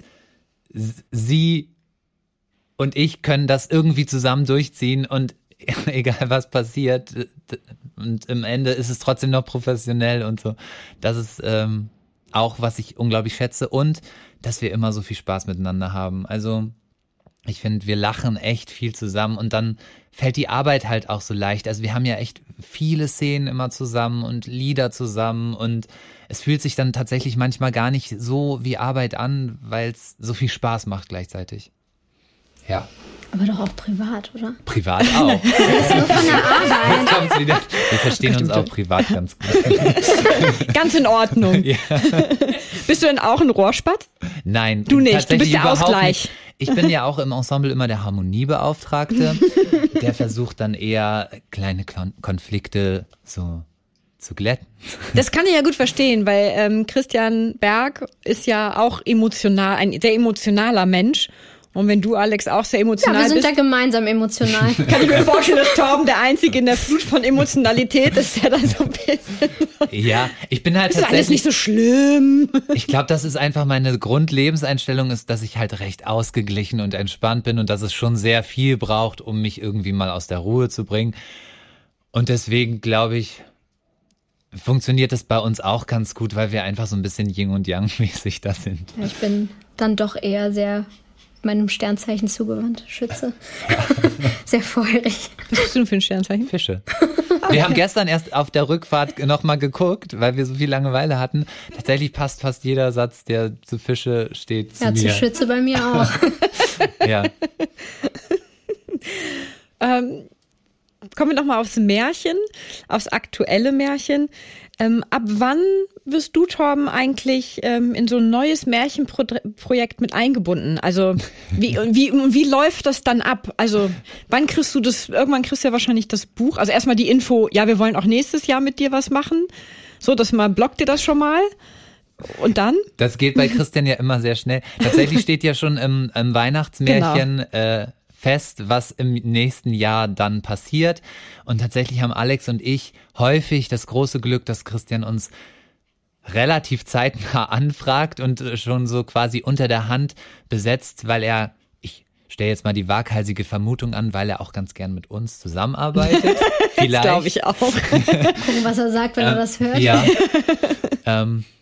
sie und ich können das irgendwie zusammen durchziehen und egal was passiert und im Ende ist es trotzdem noch professionell und so. Das ist auch, was ich unglaublich schätze und dass wir immer so viel Spaß miteinander haben. Also ich finde, wir lachen echt viel zusammen und dann fällt die Arbeit halt auch so leicht. Also wir haben ja echt viele Szenen immer zusammen und Lieder zusammen und es fühlt sich dann tatsächlich manchmal gar nicht so wie Arbeit an, weil es so viel Spaß macht gleichzeitig. Ja. Aber doch auch privat, oder? Privat auch. Das ist nur von der Arbeit. Jetzt kommt's wieder. Wir verstehen uns auch privat ganz gut. Ganz in Ordnung. Ja. Bist du denn auch ein Rohrspatz? Nein. Du nicht, tatsächlich du bist der überhaupt Ausgleich. Nicht. Ich bin ja auch im Ensemble immer der Harmoniebeauftragte. Der versucht dann eher kleine Konflikte so zu glätten. Das kann ich ja gut verstehen, weil Christian Berg ist ja auch emotional, ein sehr emotionaler Mensch. Und wenn du, Alex, auch sehr emotional bist. Ja, wir sind da gemeinsam emotional. Kann ich mir vorstellen, dass Torben der Einzige in der Flut von Emotionalität ist, der dann so ein bisschen. Ja, ich bin halt ist tatsächlich. Alles nicht so schlimm. Ich glaube, das ist einfach meine Grundlebenseinstellung, ist, dass ich halt recht ausgeglichen und entspannt bin und dass es schon sehr viel braucht, um mich irgendwie mal aus der Ruhe zu bringen. Und deswegen glaube ich, funktioniert das bei uns auch ganz gut, weil wir einfach so ein bisschen Yin und Yang mäßig da sind. Ja, ich bin dann doch eher sehr meinem Sternzeichen zugewandt, Schütze. Sehr feurig. Was bist du denn für ein Sternzeichen? Fische. Wir haben gestern erst auf der Rückfahrt nochmal geguckt, weil wir so viel Langeweile hatten. Tatsächlich passt fast jeder Satz, der zu Fische steht, zu mir. Ja, zu Schütze bei mir auch. Ja. Kommen wir nochmal aufs Märchen, aufs aktuelle Märchen. Ab wann wirst du, Torben, eigentlich in so ein neues Märchenprojekt mit eingebunden? Also wie läuft das dann ab? Also wann kriegst du das? Irgendwann kriegst du ja wahrscheinlich das Buch. Also erstmal die Info, ja, wir wollen auch nächstes Jahr mit dir was machen. So, dass man blockt dir das schon mal. Und dann? Das geht bei Christian ja immer sehr schnell. Tatsächlich steht ja schon im Weihnachtsmärchen fest, was im nächsten Jahr dann passiert. Und tatsächlich haben Alex und ich häufig das große Glück, dass Christian uns relativ zeitnah anfragt und schon so quasi unter der Hand besetzt, weil er, ich stelle jetzt mal die waghalsige Vermutung an, weil er auch ganz gern mit uns zusammenarbeitet. Vielleicht. Glaube ich auch. Gucken, was er sagt, wenn er das hört. Ja.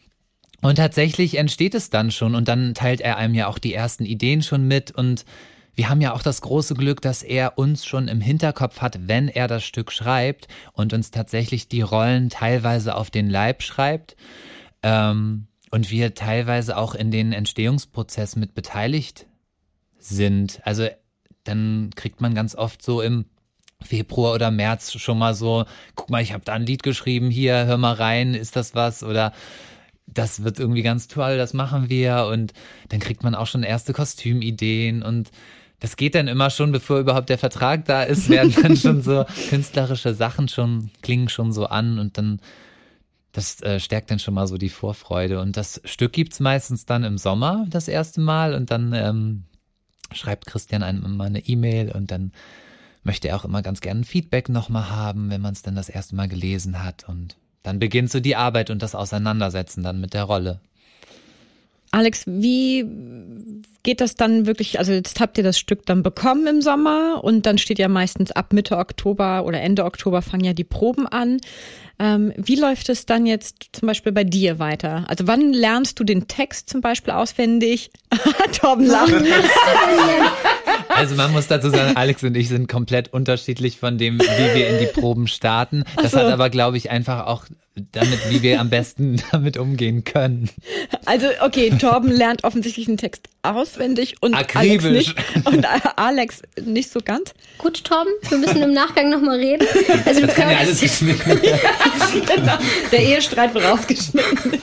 Und tatsächlich entsteht es dann schon und dann teilt er einem ja auch die ersten Ideen schon mit und wir haben ja auch das große Glück, dass er uns schon im Hinterkopf hat, wenn er das Stück schreibt und uns tatsächlich die Rollen teilweise auf den Leib schreibt. Und wir teilweise auch in den Entstehungsprozess mit beteiligt sind. Also dann kriegt man ganz oft so im Februar oder März schon mal so, guck mal, ich habe da ein Lied geschrieben, hier, hör mal rein, ist das was? Oder das wird irgendwie ganz toll, das machen wir. Und dann kriegt man auch schon erste Kostümideen und das geht dann immer schon, bevor überhaupt der Vertrag da ist, werden dann schon so künstlerische Sachen klingen schon so an und dann das stärkt dann schon mal so die Vorfreude. Und das Stück gibt's meistens dann im Sommer das erste Mal und dann schreibt Christian einem immer eine E-Mail und dann möchte er auch immer ganz gerne ein Feedback nochmal haben, wenn man es dann das erste Mal gelesen hat. Und dann beginnt so die Arbeit und das Auseinandersetzen dann mit der Rolle. Alex, wie geht das dann wirklich? Also jetzt habt ihr das Stück dann bekommen im Sommer und dann steht ja meistens ab Mitte Oktober oder Ende Oktober fangen ja die Proben an. Wie läuft es dann jetzt zum Beispiel bei dir weiter? Also wann lernst du den Text zum Beispiel auswendig? Torben lacht. Also man muss dazu sagen, Alex und ich sind komplett unterschiedlich von dem, wie wir in die Proben starten. Das hat aber, glaube ich, einfach auch damit, wie wir am besten damit umgehen können. Also okay, Torben lernt offensichtlich den Text auswendig und akribisch. Alex nicht. Und Alex nicht so ganz. Gut, Torben, wir müssen im Nachgang nochmal reden. Also das kann ja alles geschnitten werden. Genau. Der Ehestreit wird rausgeschnitten.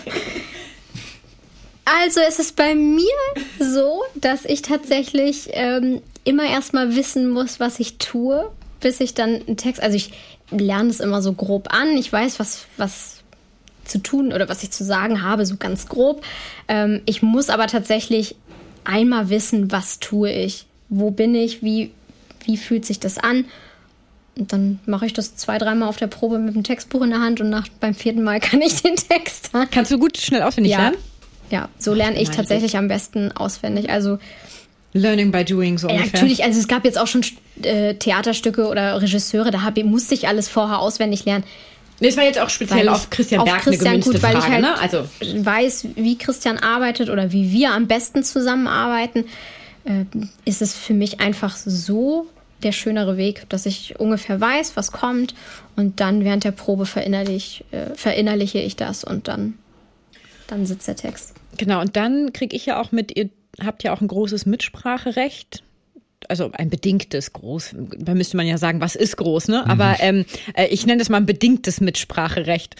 Also es ist bei mir so, dass ich tatsächlich immer erstmal wissen muss, was ich tue, bis ich dann einen Text, also ich lerne es immer so grob an, ich weiß, was zu tun oder was ich zu sagen habe, so ganz grob. Ich muss aber tatsächlich einmal wissen, was tue ich, wo bin ich, wie fühlt sich das an. Und dann mache ich das 2-3 Mal auf der Probe mit dem Textbuch in der Hand und beim 4. Mal kann ich den Text. Kannst du gut schnell auswendig lernen? Ja, so lerne ich tatsächlich am besten auswendig. Also Learning by doing, so ungefähr. Natürlich, also es gab jetzt auch schon Theaterstücke oder Regisseure, musste ich alles vorher auswendig lernen. Das war jetzt auch speziell auf Christian Berg eine gemünzte Frage, weil ich halt ne? Also weiß, wie Christian arbeitet oder wie wir am besten zusammenarbeiten, ist es für mich einfach so der schönere Weg, dass ich ungefähr weiß, was kommt und dann während der Probe verinnerliche ich das und dann sitzt der Text. Genau, und dann kriege ich ja auch mit, ihr habt ja auch ein großes Mitspracherecht. Also ein bedingtes groß, da müsste man ja sagen, was ist groß, ne? Aber ich nenne das mal ein bedingtes Mitspracherecht.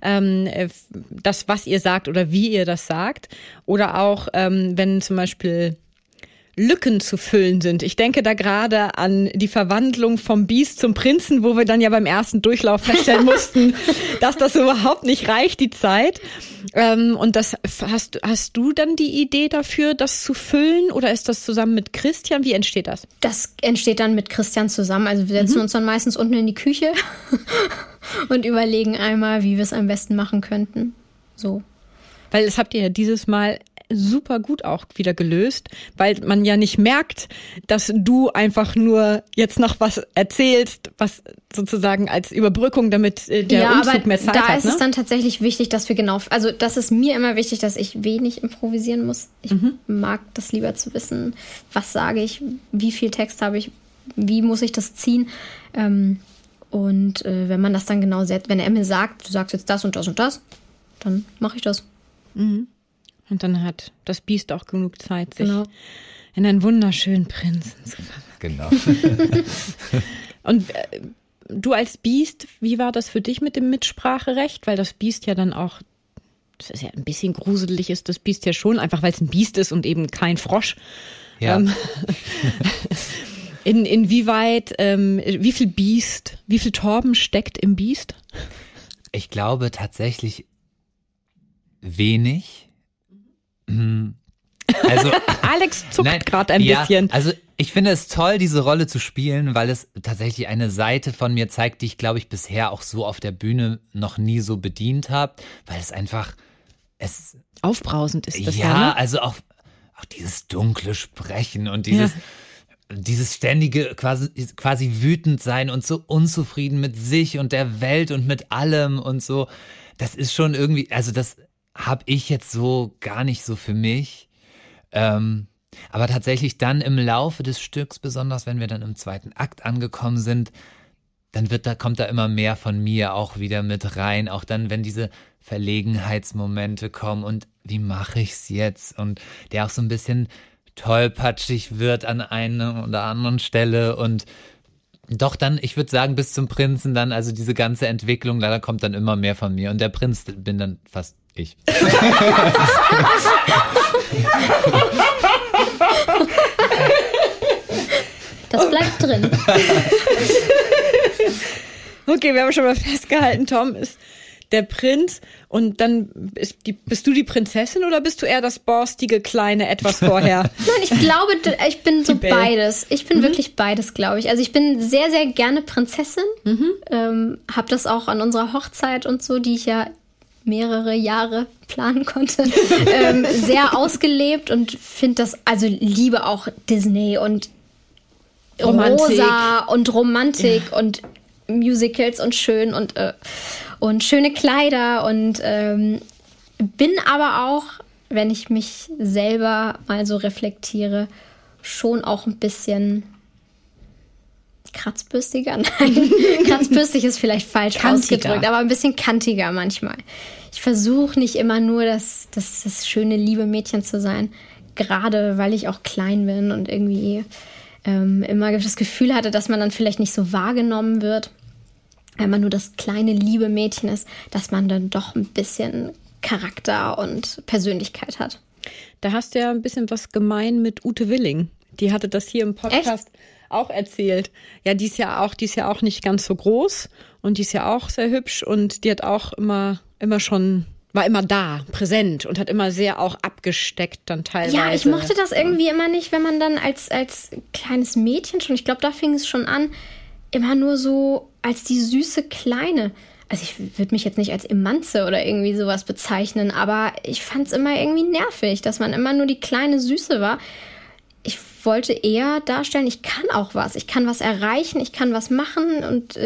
Das, was ihr sagt oder wie ihr das sagt. Oder auch, wenn zum Beispiel Lücken zu füllen sind. Ich denke da gerade an die Verwandlung vom Biest zum Prinzen, wo wir dann ja beim ersten Durchlauf feststellen mussten, dass das überhaupt nicht reicht, die Zeit. Und das hast du dann die Idee dafür, das zu füllen? Oder ist das zusammen mit Christian? Wie entsteht das? Das entsteht dann mit Christian zusammen. Also wir setzen uns dann meistens unten in die Küche und überlegen einmal, wie wir es am besten machen könnten. So. Weil das habt ihr ja dieses Mal super gut auch wieder gelöst, weil man ja nicht merkt, dass du einfach nur jetzt noch was erzählst, was sozusagen als Überbrückung, damit der Umzug mehr Zeit hat. Da ist es dann tatsächlich wichtig, dass wir also das ist mir immer wichtig, dass ich wenig improvisieren muss. Ich mag das lieber zu wissen, was sage ich, wie viel Text habe ich, wie muss ich das ziehen. Und wenn man das dann genau setzt, wenn er mir sagt, du sagst jetzt das und das und das, dann mache ich das. Mhm. Und dann hat das Biest auch genug Zeit, sich in einen wunderschönen Prinzen zu verwandeln. Genau. Und du als Biest, wie war das für dich mit dem Mitspracherecht? Weil das Biest ja dann auch, das ist ja ein bisschen gruselig, ist das Biest ja schon, einfach weil es ein Biest ist und eben kein Frosch. Ja. Inwieweit, wie viel Biest, wie viel Torben steckt im Biest? Ich glaube tatsächlich wenig. Also Alex zuckt gerade ein bisschen. Also ich finde es toll, diese Rolle zu spielen, weil es tatsächlich eine Seite von mir zeigt, die ich, glaube ich, bisher auch so auf der Bühne noch nie so bedient habe, weil es einfach aufbrausend ist das ja, ne? also auch dieses dunkle Sprechen und dieses ständige quasi wütend sein und so unzufrieden mit sich und der Welt und mit allem und so. Das ist schon irgendwie, also das habe ich jetzt so gar nicht so für mich. Aber tatsächlich dann im Laufe des Stücks, besonders wenn wir dann im zweiten Akt angekommen sind, dann kommt da immer mehr von mir auch wieder mit rein. Auch dann, wenn diese Verlegenheitsmomente kommen und wie mache ich's jetzt? Und der auch so ein bisschen tollpatschig wird an einer oder anderen Stelle und doch dann, ich würde sagen, bis zum Prinzen dann, also diese ganze Entwicklung, da kommt dann immer mehr von mir und der Prinz bin dann fast ich. Das bleibt drin. Okay, wir haben schon mal festgehalten, Tom ist der Prinz und dann bist du die Prinzessin oder bist du eher das borstige Kleine etwas vorher? Nein, ich glaube, ich bin so beides. Ich bin wirklich beides, glaube ich. Also ich bin sehr, sehr gerne Prinzessin. Habe das auch an unserer Hochzeit und so, die ich ja mehrere Jahre planen konnte, sehr ausgelebt und finde das, also liebe auch Disney und Romantik. Rosa und Romantik und Musicals und schön und schöne Kleider und bin aber auch, wenn ich mich selber mal so reflektiere, schon auch ein bisschen kratzbürstiger. Nein, kratzbürstig ist vielleicht falsch ausgedrückt, aber ein bisschen kantiger manchmal. Ich versuche nicht immer nur das schöne, liebe Mädchen zu sein, gerade weil ich auch klein bin und irgendwie immer das Gefühl hatte, dass man dann vielleicht nicht so wahrgenommen wird, wenn man nur das kleine, liebe Mädchen ist, dass man dann doch ein bisschen Charakter und Persönlichkeit hat. Da hast du ja ein bisschen was gemein mit Ute Willing. Die hatte das hier im Podcast auch erzählt. Ja, die ist ja auch nicht ganz so groß und die ist ja auch sehr hübsch und die hat auch immer schon, war immer da, präsent und hat immer sehr auch abgesteckt dann teilweise. Ja, ich mochte das irgendwie immer nicht, wenn man dann als kleines Mädchen schon, ich glaube, da fing es schon an, immer nur so als die süße Kleine. Also ich würde mich jetzt nicht als Emanze oder irgendwie sowas bezeichnen, aber ich fand es immer irgendwie nervig, dass man immer nur die kleine Süße war. Ich wollte eher darstellen, ich kann auch was. Ich kann was erreichen, ich kann was machen und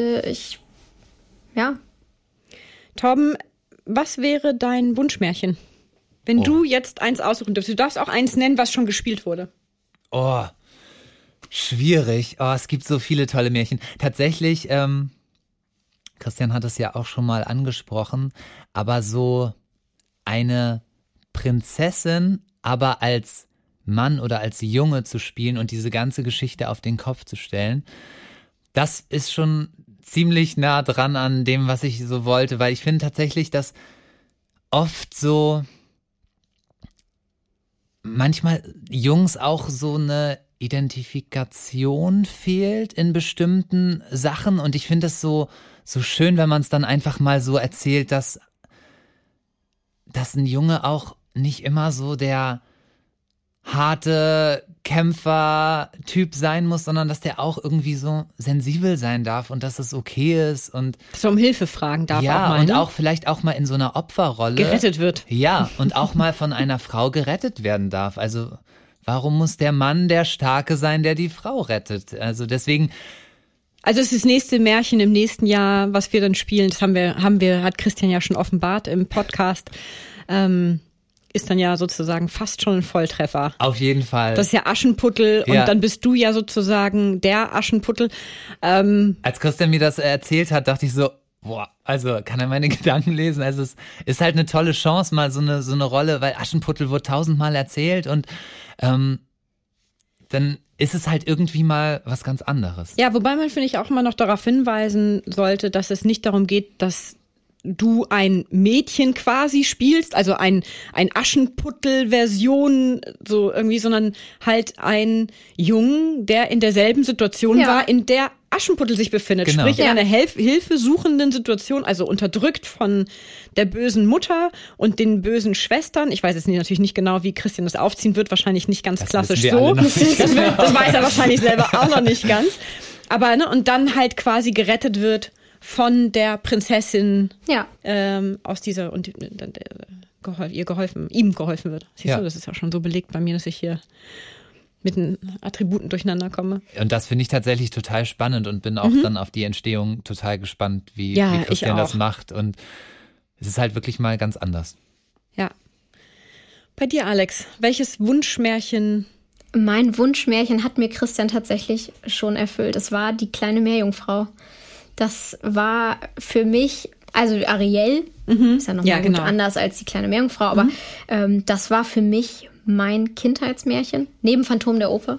ja. Torben, was wäre dein Wunschmärchen? Wenn du jetzt eins aussuchen dürftest. Du darfst auch eins nennen, was schon gespielt wurde. Oh, schwierig. Oh, es gibt so viele tolle Märchen. Tatsächlich, Christian hat es ja auch schon mal angesprochen, aber so eine Prinzessin, aber als Mann oder als Junge zu spielen und diese ganze Geschichte auf den Kopf zu stellen, das ist schon ziemlich nah dran an dem, was ich so wollte, weil ich finde tatsächlich, dass oft so manchmal Jungs auch so eine Identifikation fehlt in bestimmten Sachen und ich finde es so schön, wenn man es dann einfach mal so erzählt, dass ein Junge auch nicht immer so der harte Kämpfer-Typ sein muss, sondern dass der auch irgendwie so sensibel sein darf und dass es okay ist und dass er um Hilfe fragen darf ja, auch mal. Und auch vielleicht auch mal in so einer Opferrolle gerettet wird. Ja, und auch mal von einer Frau gerettet werden darf. Also warum muss der Mann der Starke sein, der die Frau rettet? Also deswegen. Also es ist das nächste Märchen im nächsten Jahr, was wir dann spielen. Das hat Christian ja schon offenbart im Podcast. Ist dann ja sozusagen fast schon ein Volltreffer. Auf jeden Fall. Das ist ja Aschenputtel und dann bist du ja sozusagen der Aschenputtel. Als Christian mir das erzählt hat, dachte ich so, boah, also kann er meine Gedanken lesen? Also es ist halt eine tolle Chance, mal so eine Rolle, weil Aschenputtel wurde 1000-mal erzählt und dann ist es halt irgendwie mal was ganz anderes. Ja, wobei man, finde ich, auch immer noch darauf hinweisen sollte, dass es nicht darum geht, dass du ein Mädchen quasi spielst, also ein Aschenputtel-Version, so irgendwie, sondern halt ein Jungen, der in derselben Situation war, in der Aschenputtel sich befindet. Genau. Sprich, in einer hilfesuchenden Situation, also unterdrückt von der bösen Mutter und den bösen Schwestern. Ich weiß jetzt natürlich nicht genau, wie Christian das aufziehen wird, wahrscheinlich nicht ganz klassisch so. Das weiß er wahrscheinlich selber auch noch nicht ganz. Aber, ne, und dann halt quasi gerettet wird von der Prinzessin aus dieser und dann ihm geholfen wird. Siehst du, das ist ja schon so belegt bei mir, dass ich hier mit den Attributen durcheinander komme. Und das finde ich tatsächlich total spannend und bin auch dann auf die Entstehung total gespannt, wie Christian das macht. Und es ist halt wirklich mal ganz anders. Ja. Bei dir, Alex, welches Wunschmärchen Mein Wunschmärchen hat mir Christian tatsächlich schon erfüllt. Es war die kleine Meerjungfrau. Das war für mich, also Ariel, ist ja nochmal gut anders als die kleine Meerjungfrau, aber das war für mich mein Kindheitsmärchen, neben Phantom der Oper.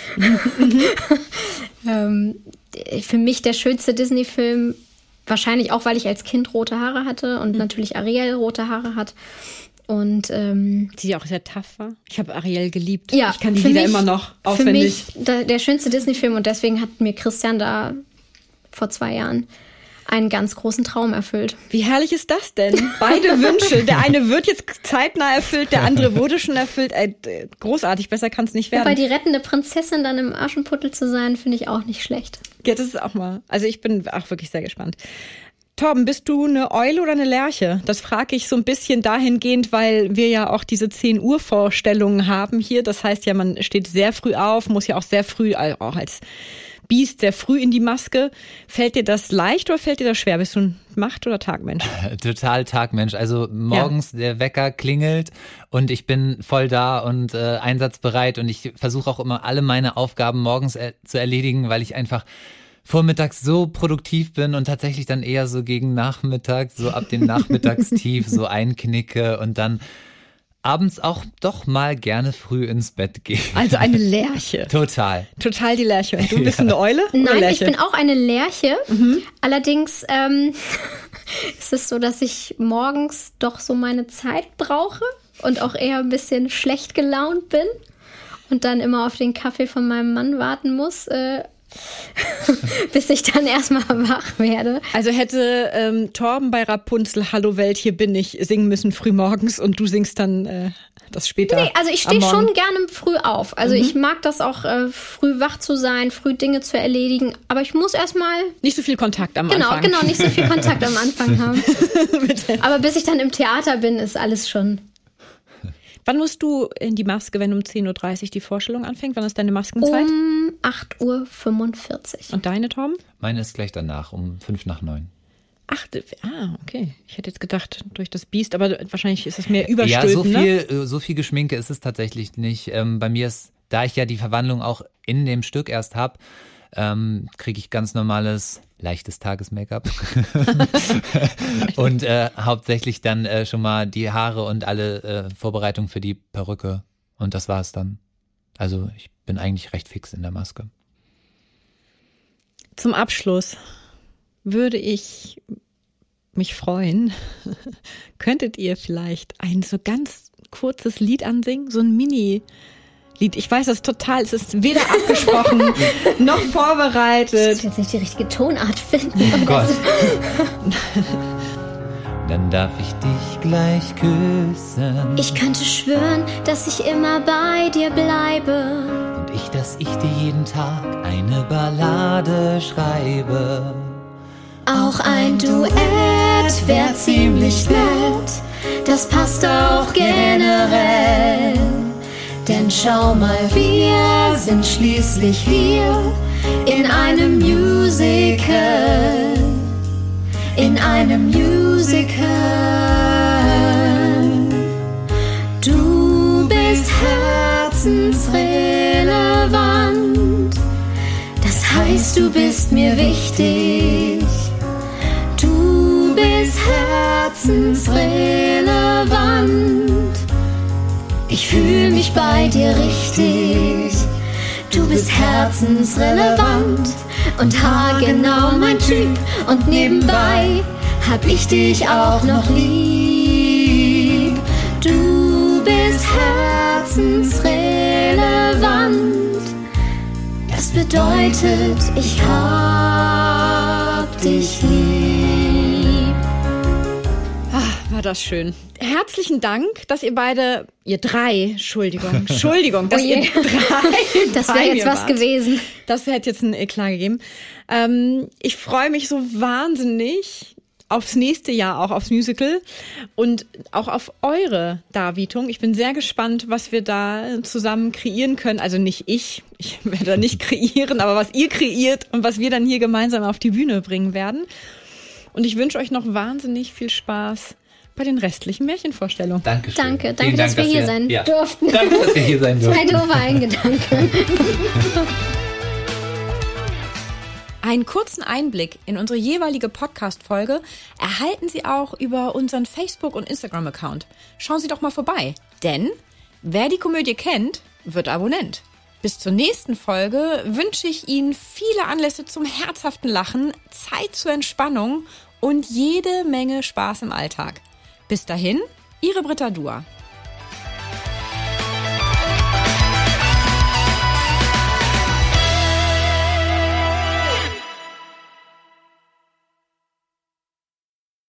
Für mich der schönste Disney-Film, wahrscheinlich auch, weil ich als Kind rote Haare hatte und natürlich Ariel rote Haare hat. Und die auch sehr tough war. Ich habe Ariel geliebt. Ja, ich kann die Lieder immer noch auswendig. Für mich der schönste Disney-Film und deswegen hat mir Christian da vor 2 Jahren einen ganz großen Traum erfüllt. Wie herrlich ist das denn? Beide Wünsche. Der eine wird jetzt zeitnah erfüllt, der andere wurde schon erfüllt. Großartig, besser kann es nicht werden. Wobei die rettende Prinzessin dann im Aschenputtel zu sein, finde ich auch nicht schlecht. Ja, das ist auch mal. Also ich bin auch wirklich sehr gespannt. Torben, bist du eine Eule oder eine Lerche? Das frage ich so ein bisschen dahingehend, weil wir ja auch diese 10 Uhr Vorstellungen haben hier. Das heißt ja, man steht sehr früh auf, muss ja auch sehr früh, auch als Biest, sehr früh in die Maske. Fällt dir das leicht oder fällt dir das schwer? Bist du ein Nacht- oder Tagmensch? Total Tagmensch. Also morgens der Wecker klingelt und ich bin voll da und einsatzbereit und ich versuche auch immer alle meine Aufgaben morgens zu erledigen, weil ich einfach vormittags so produktiv bin und tatsächlich dann eher so gegen Nachmittag, so ab dem Nachmittagstief so einknicke und dann abends auch doch mal gerne früh ins Bett gehe. Also eine Lerche. Total. Total die Lerche. Und du bist eine Eule? Nein, Lerche? Ich bin auch eine Lerche. Allerdings ist es so, dass ich morgens doch so meine Zeit brauche und auch eher ein bisschen schlecht gelaunt bin und dann immer auf den Kaffee von meinem Mann warten muss, bis ich dann erstmal wach werde. Also hätte Torben bei Rapunzel Hallo Welt, hier bin ich singen müssen früh morgens und du singst dann das später. Nee, also ich stehe schon gerne früh auf. Also ich mag das auch, früh wach zu sein, früh Dinge zu erledigen. Aber ich muss erstmal... Nicht so viel Kontakt am Anfang. Genau, nicht so viel Kontakt am Anfang haben. Aber bis ich dann im Theater bin, ist alles schon... Wann musst du in die Maske, wenn um 10.30 Uhr die Vorstellung anfängt? Wann ist deine Maskenzeit? Um 8.45 Uhr. Und deine, Torben? Meine ist gleich danach, um 8:55. Okay. Ich hätte jetzt gedacht, durch das Biest, aber wahrscheinlich ist es mehr überstülpen, Ja, so viel Geschminke ist es tatsächlich nicht. Bei mir ist, da ich ja die Verwandlung auch in dem Stück erst habe, kriege ich ganz normales, leichtes Tages-Make-up und hauptsächlich dann schon mal die Haare und alle Vorbereitungen für die Perücke und das war's dann. Also ich bin eigentlich recht fix in der Maske. Zum Abschluss würde ich mich freuen, könntet ihr vielleicht ein so ganz kurzes Lied ansingen, so ein Mini-Lied. Ich weiß das total, es ist weder abgesprochen noch vorbereitet. Ich jetzt nicht die richtige Tonart finden. Oh Gott. Dann darf ich dich gleich küssen. Ich könnte schwören, dass ich immer bei dir bleibe. Und dass ich dir jeden Tag eine Ballade schreibe. Auch ein Duett wär ziemlich nett. Das passt auch generell. Denn schau mal, wir sind schließlich hier in einem Musical. In einem Musical. Du bist herzensrelevant. Das heißt, du bist mir wichtig. Du bist herzensrelevant. Ich fühle mich bei dir richtig. Du bist herzensrelevant und haargenau mein Typ. Und nebenbei hab ich dich auch noch lieb. Du bist herzensrelevant. Das bedeutet, ich hab dich lieb. War das schön. Herzlichen Dank, dass ihr beide, ihr drei, Entschuldigung, dass ihr drei das wäre jetzt was gewesen. Das hätte jetzt einen Eklat gegeben. Ich freue mich so wahnsinnig aufs nächste Jahr, auch aufs Musical und auch auf eure Darbietung. Ich bin sehr gespannt, was wir da zusammen kreieren können. Also nicht ich werde da nicht kreieren, aber was ihr kreiert und was wir dann hier gemeinsam auf die Bühne bringen werden. Und ich wünsche euch noch wahnsinnig viel Spaß bei den restlichen Märchenvorstellungen. Dankeschön. Danke, dass wir hier sein durften. Danke, dass wir hier sein durften. 2 doofe Eingedanken. Einen kurzen Einblick in unsere jeweilige Podcast-Folge erhalten Sie auch über unseren Facebook- und Instagram-Account. Schauen Sie doch mal vorbei, denn wer die Komödie kennt, wird Abonnent. Bis zur nächsten Folge wünsche ich Ihnen viele Anlässe zum herzhaften Lachen, Zeit zur Entspannung und jede Menge Spaß im Alltag. Bis dahin, Ihre Britta Dua.